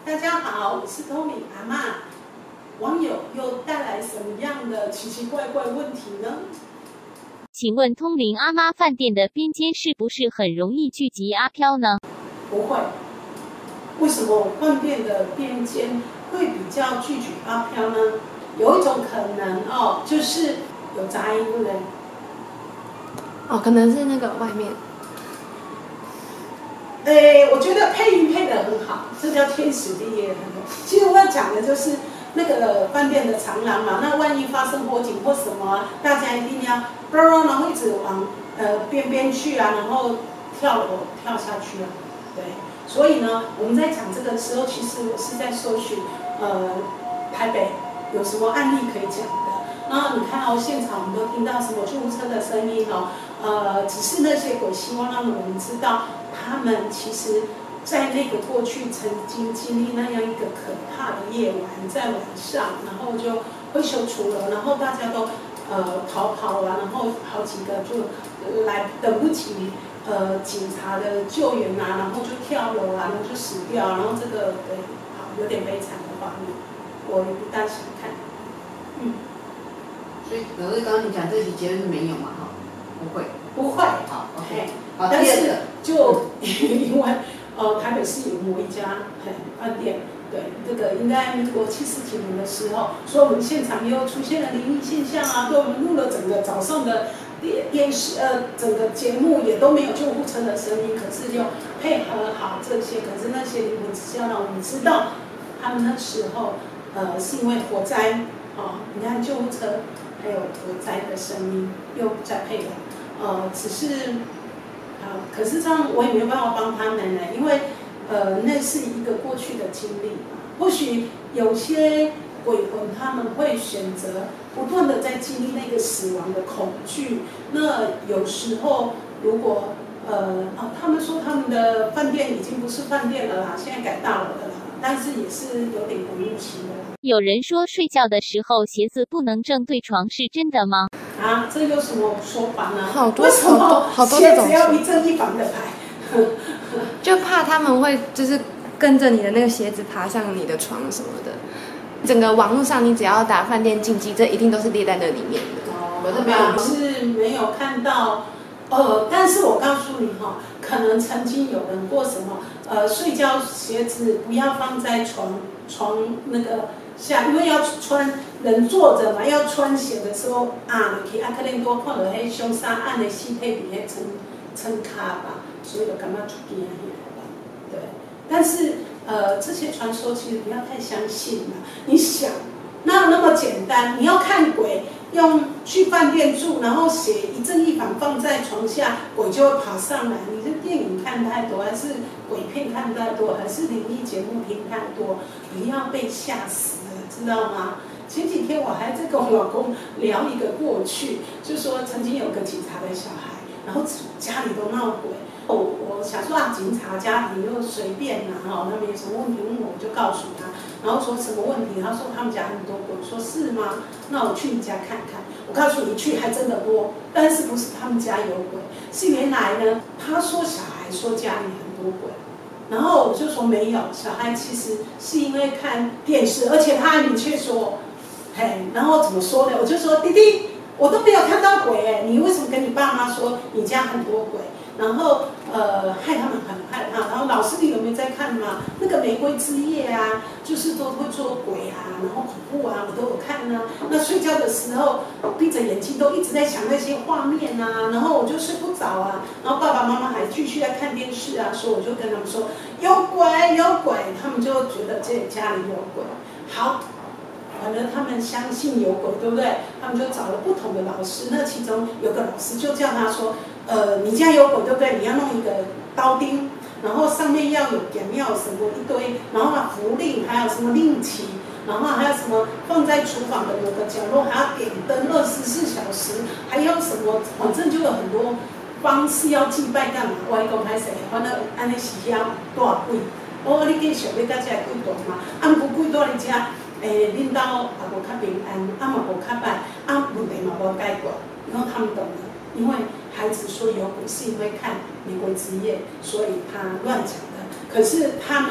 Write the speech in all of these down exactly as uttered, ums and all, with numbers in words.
大家好，我是通灵阿嬷。网友又带来什么样的奇奇怪怪问题呢？ 请问通灵阿妈饭店的边间是不是很容易聚集阿飘呢？ 不会。为什么饭店的边间会比较聚集阿飘呢？有一种可能哦，就是有杂音，对不对？ 哦，可能是那个外面。 诶，我觉得配音配得很好，这叫天时地利人和。其实我要讲的就是那个饭店的长廊嘛，那万一发生火警或什么，大家一定要，然后一直往呃边边去啊，然后跳楼跳下去啊，对。所以呢，我们在讲这个的时候，其实我是在搜寻呃台北有什么案例可以讲的。然后你看哦，现场我们都听到什么救护车的声音哦，呃，只是那些鬼希望让我们知道。他们其实，在那个过去曾经经历那样一个可怕的夜晚，在晚上，然后就会修除了，然后大家都呃逃跑啊，然后好几个就来等不及呃警察的救援啊，然后就跳楼啊，然后就死掉，然后这个对，好有点悲惨的画面，我也不大想看。嗯。 所以老师刚刚你讲这题结论是没有嘛？哈，不会。 不会。 好 ，OK。好， 但是就因为呃台北市有某一家饭店，对这个应该民国七十几年的时候，所以我们现场又出现了灵异现象啊，对我们录了整个早上的电电视呃整个节目也都没有救护车的声音，可是就配合好这些，可是那些灵魂只是要让我们知道，他们那时候呃是因为火灾哦，你看救护车还有火灾的声音又在配合，呃只是。好，可是这样我也没有办法帮他们呢，因为，呃，那是一个过去的经历嘛。或许有些鬼魂他们会选择不断的在经历那个死亡的恐惧。那有时候如果呃啊，他们说他们的饭店已经不是饭店了啦，现在改大楼了啦，但是也是有点不入期的啦。 有人说睡觉的时候鞋子不能正对床，是真的吗？ 啊，这有什么说法呢？ 好多为什么好多这种鞋子要一正一反的排？ 就怕他们会就是跟着你的那个鞋子爬上你的床什么的。整个网络上，你只要打饭店禁忌，这一定都是列在那里面的。 哦，我这边是没有看到，呃，但是我告诉你哈，可能曾经有人过什么，呃，睡觉鞋子不要放在床床那个下，因为要穿人坐着嘛，要穿鞋的时候按落去，啊，可能多看到迄上衫按的尸体伫迄床床骹吧，所以就感觉出惊遐吧，对。但是呃，这些传说其实不要太相信了。你想，哪有那么简单？你要看鬼，用去饭店住，然后写一正一反放在床下，鬼就会爬上来。你是电影看太多，还是鬼片看太多，还是灵异节目听太多？不要被吓死了，知道吗？前几天我还在跟我老公聊一个过去，就说曾经有个警察的小孩，然后家里都闹鬼。我我想说啊，警察家庭就随便啦，哈，那没什么问题，问我我就告诉他，然后说什么问题？他说他们家很多鬼，我说是吗？那我去你家看看。我告诉你，去还真的多，但是不是他们家有鬼，是原来呢，他说小孩说家里很多鬼，然后我就说没有，小孩其实是因为看电视，而且他还明确说，嘿，然后怎么说呢？我就说弟弟，我都没有看到鬼哎，你为什么跟你爸妈说你家很多鬼？然后呃，害他们很害怕。然后老师，你有没有在看吗？那个《玫瑰之夜》啊，就是都会做鬼啊，然后恐怖啊，我都有看啊。那睡觉的时候闭着眼睛都一直在想那些画面啊，然后我就睡不着啊。然后爸爸妈妈还继续在看电视啊，所以我就跟他们说有鬼有鬼，他们就觉得这家里有鬼。好。反正他们相信有鬼，对不对？他们就找了不同的老师，那其中有个老师就叫他说，呃，你家有鬼，对不对？你要弄一个刀钉，然后上面要有点要什么一堆，然后啊符令，还有什么令旗，然后还有什么放在厨房的某个角落，还要点灯二十四小时，还有什么，反正就有很多方式要祭拜干嘛？我讲歹势，反正安尼是遐大鬼，我你继续要到这鬼大嘛？啊，不鬼大你遮。诶，恁兜也无较平安，啊嘛无较歹，啊问题嘛无解决，然后他们懂了，因为孩子说有鬼是因为看《玫瑰之夜》，所以他乱讲的。可是他们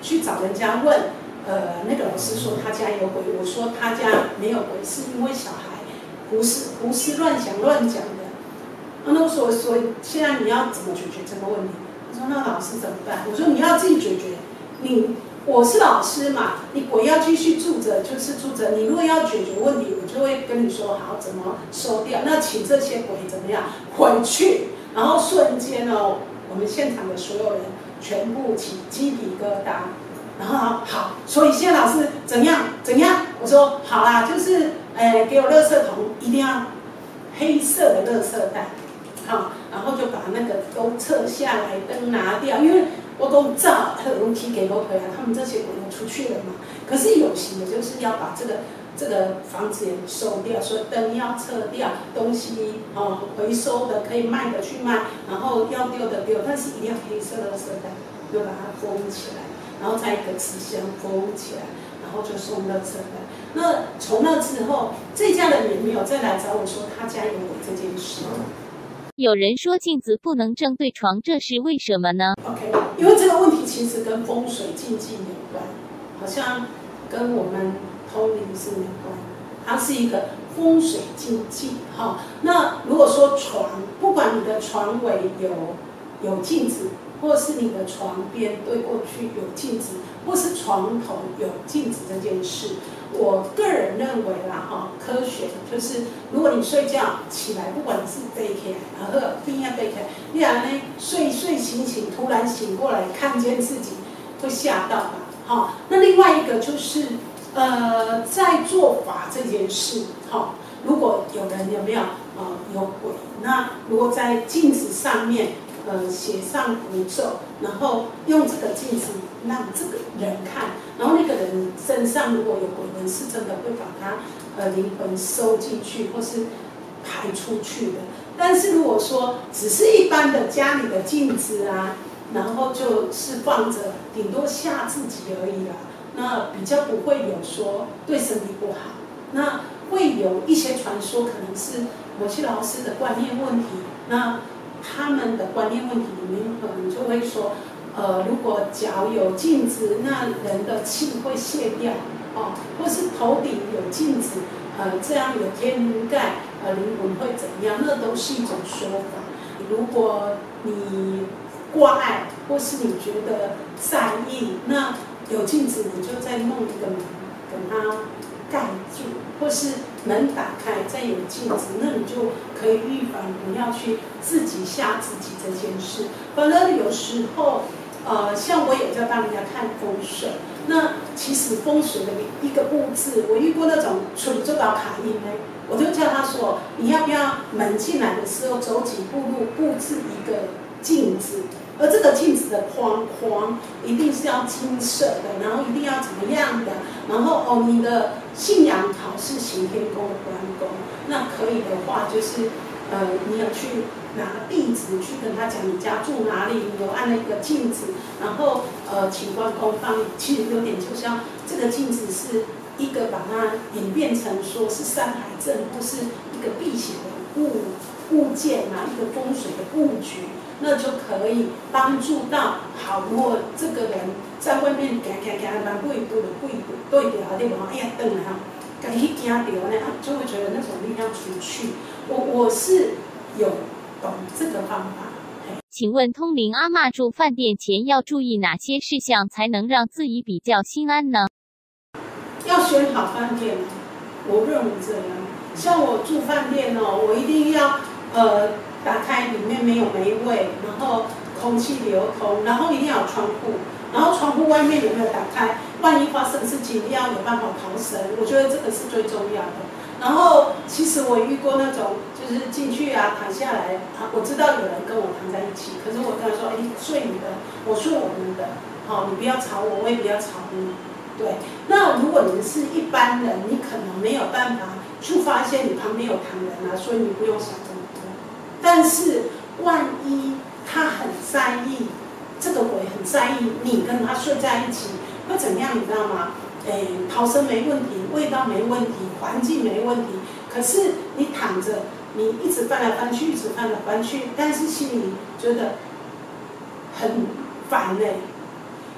去找人家问，呃，那个老师说他家有鬼，我说他家没有鬼，是因为小孩胡思胡思乱想乱讲的。啊，那我说所以现在你要怎么解决这个问题？他说那老师怎么办？我说你要自己解决，你。我是老师嘛，你鬼要继续住着就是住着。你如果要解决问题，我就会跟你说好怎么收掉。那请这些鬼怎么样回去？然后瞬间哦，我们现场的所有人全部起鸡皮疙瘩。然后好，所以现在老师怎样怎样？我说好啦，就是诶，给我垃圾桶一定要黑色的垃圾袋，好，然后就把那个都撤下来，灯拿掉，因为。我讲照龙体给罗回来，他们这些鬼都出去了嘛。可是有形的，就是要把这个这个房子也收掉，所以灯要撤掉，东西哦回收的可以卖的去卖，然后要丢的丢，但是一定要黑色的垃圾袋，就把它封起来，然后再一个纸箱封起来，然后就送垃圾袋。那从那之后，这家人也没有再来找我说他家有鬼这件事。 有人说镜子不能正对床，这是为什么呢 ？OK， 因为这个问题其实跟风水禁忌有关，好像跟我们通灵是有关，它是一个风水禁忌。哈、哦，那如果说床，不管你的床尾有有镜子，或是你的床边对过去有镜子，或是床头有镜子这件事。我个人认为啦，哈，科学就是如果你睡觉起来，不管你是背起来，然后边要背起来，你然呢睡睡醒醒，突然醒过来看见自己，会吓到吧？好，那另外一个就是，呃，在做法这件事，哈，如果有人有没有呃有鬼，那如果在镜子上面。呃，写上符咒，然后用这个镜子让这个人看，然后那个人身上如果有鬼魂，是真的会把他呃灵魂收进去或是排出去的。但是如果说只是一般的家里的镜子啊，然后就是放着，顶多吓自己而已啦，那比较不会有说对身体不好。那会有一些传说，可能是某些老师的观念问题，那。他们的观念问题里面可能就会说，呃，如果脚有镜子，那人的气会泄掉，哦，或是头顶有镜子，呃，这样有天灵盖，呃，灵魂会怎样？那都是一种说法。如果你挂碍，或是你觉得在意，那有镜子你就再弄一个门，给它盖住，或是门打开再有镜子，那你就可以预防不要去自己吓自己这件事。反而有时候，呃，像我也在帮人家看风水，那其实风水的一个布置，我遇过那种处理做到卡印呢，我就叫他说，你要不要门进来的时候走几步路布置一个镜子。而这个镜子的框框一定是要金色的，然后一定要怎么样的，然后哦，你的信仰好是行天宫的关公，那可以的话就是，呃，你有去拿地址去跟他讲你家住哪里，你有按了一个镜子，然后呃，请关公帮你，其实有点就像这个镜子是一个把它演变成说是山海镇或是一个辟邪的物物件啊，一个风水的布局。那就可以帮助到好。如果这个人在外面行行行，蛮不一步的不一步对调，对不？哎呀，等了哈，赶紧惊到呢，就会觉得那种力量出去。我我是有懂这个方法。 请问通灵阿嬷住饭店前要注意哪些事项，才能让自己比较心安呢？ 要选好饭店，我认为这样。像我住饭店哦，我一定要呃。打开里面没有霉味，然后空气流通，然后一定要有窗户，然后窗户外面有没有打开？万一发生事情，要有办法逃生。我觉得这个是最重要的。然后其实我遇过那种，就是进去啊，躺下来啊，我知道有人跟我躺在一起，可是我跟他说：“哎，睡你的，我睡我们的，好、哦，你不要吵我，我也不要吵你。”对。那如果你是一般人，你可能没有办法去发现你旁边有躺人啊，所以你不用想这么多。但是万一他很在意，这个鬼很在意你跟他睡在一起，会怎样？你知道吗？诶，逃生没问题，味道没问题，环境没问题。可是你躺着，你一直翻来翻去，一直翻来翻去，但是心里觉得很烦嘞。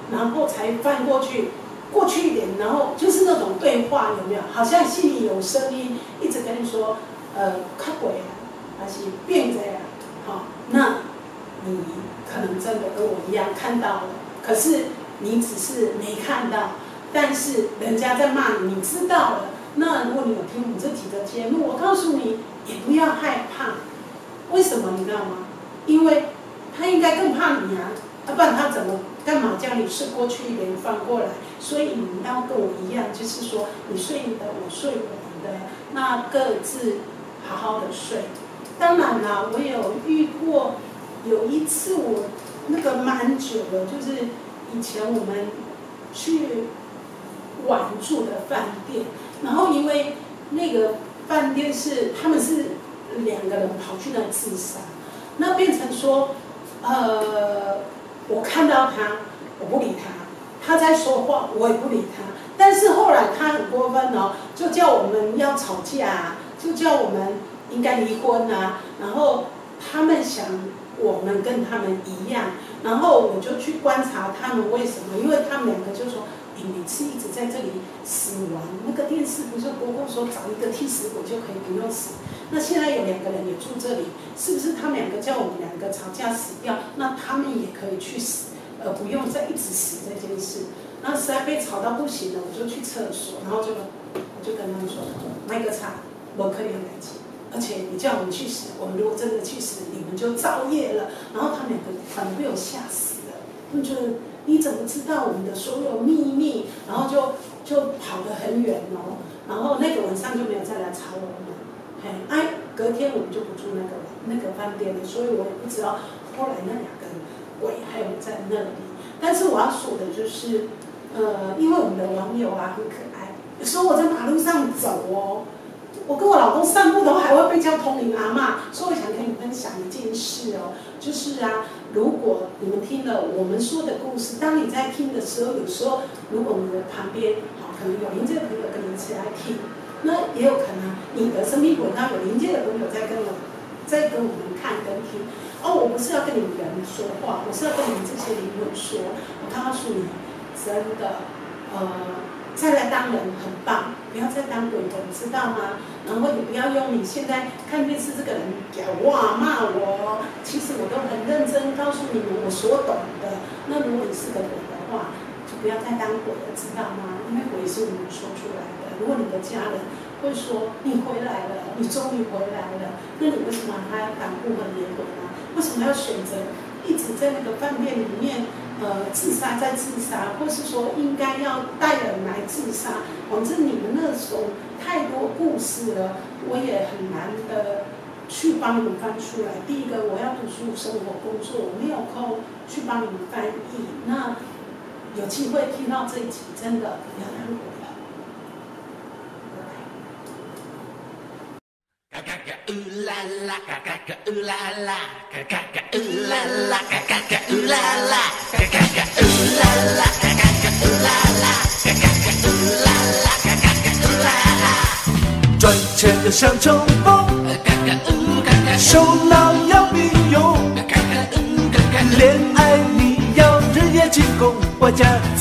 然后才翻过去，过去一点，然后就是那种对话有没有？好像心里有声音一直跟你说，呃，看过啊，还是变这样，好，那你可能真的跟我一样看到了，可是你只是没看到，但是人家在骂你，你知道了。那如果你有听我们这几个节目，我告诉你，也不要害怕。为什么你知道吗？因为他应该更怕你啊，要不然他怎么干嘛叫你睡过去一点翻过来？所以你要跟我一样，就是说你睡你的，我睡我的，那各自好好的睡。当然啦，我有遇过，有一次我那个蛮久了，就是以前我们去晚住的饭店，然后因为那个饭店是他们是两个人跑去那自杀，那变成说，呃，我看到他，我不理他，他在说话，我也不理他。但是后来他很过分哦，就叫我们要吵架啊，就叫我们应该离婚啊。然后他们想我们跟他们一样，然后我就去观察他们为什么，因为他们两个就说。你每次一直在这里死亡，那个电视不是播过说找一个替死鬼就可以不用死？那现在有两个人也住这里，是不是他们两个叫我们两个吵架死掉，那他们也可以去死，呃，不用再一直死这件事？然后实在被吵到不行了，我就去厕所，然后就我就跟他们说，卖个茶，我可以很感激，而且你叫我们去死，我们如果真的去死，你们就造业了。然后他们两个反而被我吓死了，他们觉得。你怎么知道我们的所有秘密？然后就就跑得很远哦，然后那个晚上就没有再来吵我们。哎，哎，隔天我们就不住那个那个饭店了，所以我也不知道后来那两个鬼还有在那里。但是我要说的就是，呃，因为我们的网友啊很可爱，有时候我在马路上走哦，我跟我老公散步都还会被叫通灵阿嬷，所以我想跟你分享一件事哦，就是啊。如果你们听了我们说的故事，当你在听的时候，有时候如果你的旁边好可能有邻界的朋友跟你一起来听，那也有可能你的生命轨道有邻界的朋友在跟我在跟我们看跟听。哦，我不是要跟你们人说话，我是要跟你们这些灵魂说，我告诉你，真的，呃。再来当人很棒，不要再当鬼魂，知道吗？然后也不要用你现在看电视这个人讲哇骂我，其实我都很认真告诉你们我所懂的。那如果你是个鬼的话，就不要再当鬼了，知道吗？因为鬼是你们说出来的。如果你的家人会说你回来了，你终于回来了，那你为什么还要当孤魂野鬼呢？为什么要选择一直在那个饭店里面？呃，自杀再自杀，或是说应该要带人来自杀，反正你们那种太多故事了，我也很难的去帮你们翻出来。第一个，我要读书、生活、工作，我没有空去帮你们翻译。那有机会听到这一集，真的不要当鬼了。嘎嘎嘎乌啦啦，嘎嘎嘎乌啦啦，嘎嘎嘎乌啦啦，嘎嘎嘎乌啦啦，嘎嘎嘎乌啦啦，嘎嘎嘎乌啦啦，嘎嘎嘎乌啦啦，嘎嘎嘎乌啦啦。赚钱要像冲锋，嘎嘎乌嘎嘎，手脑要并用，嘎嘎乌嘎嘎，恋爱你要日夜进攻，外加。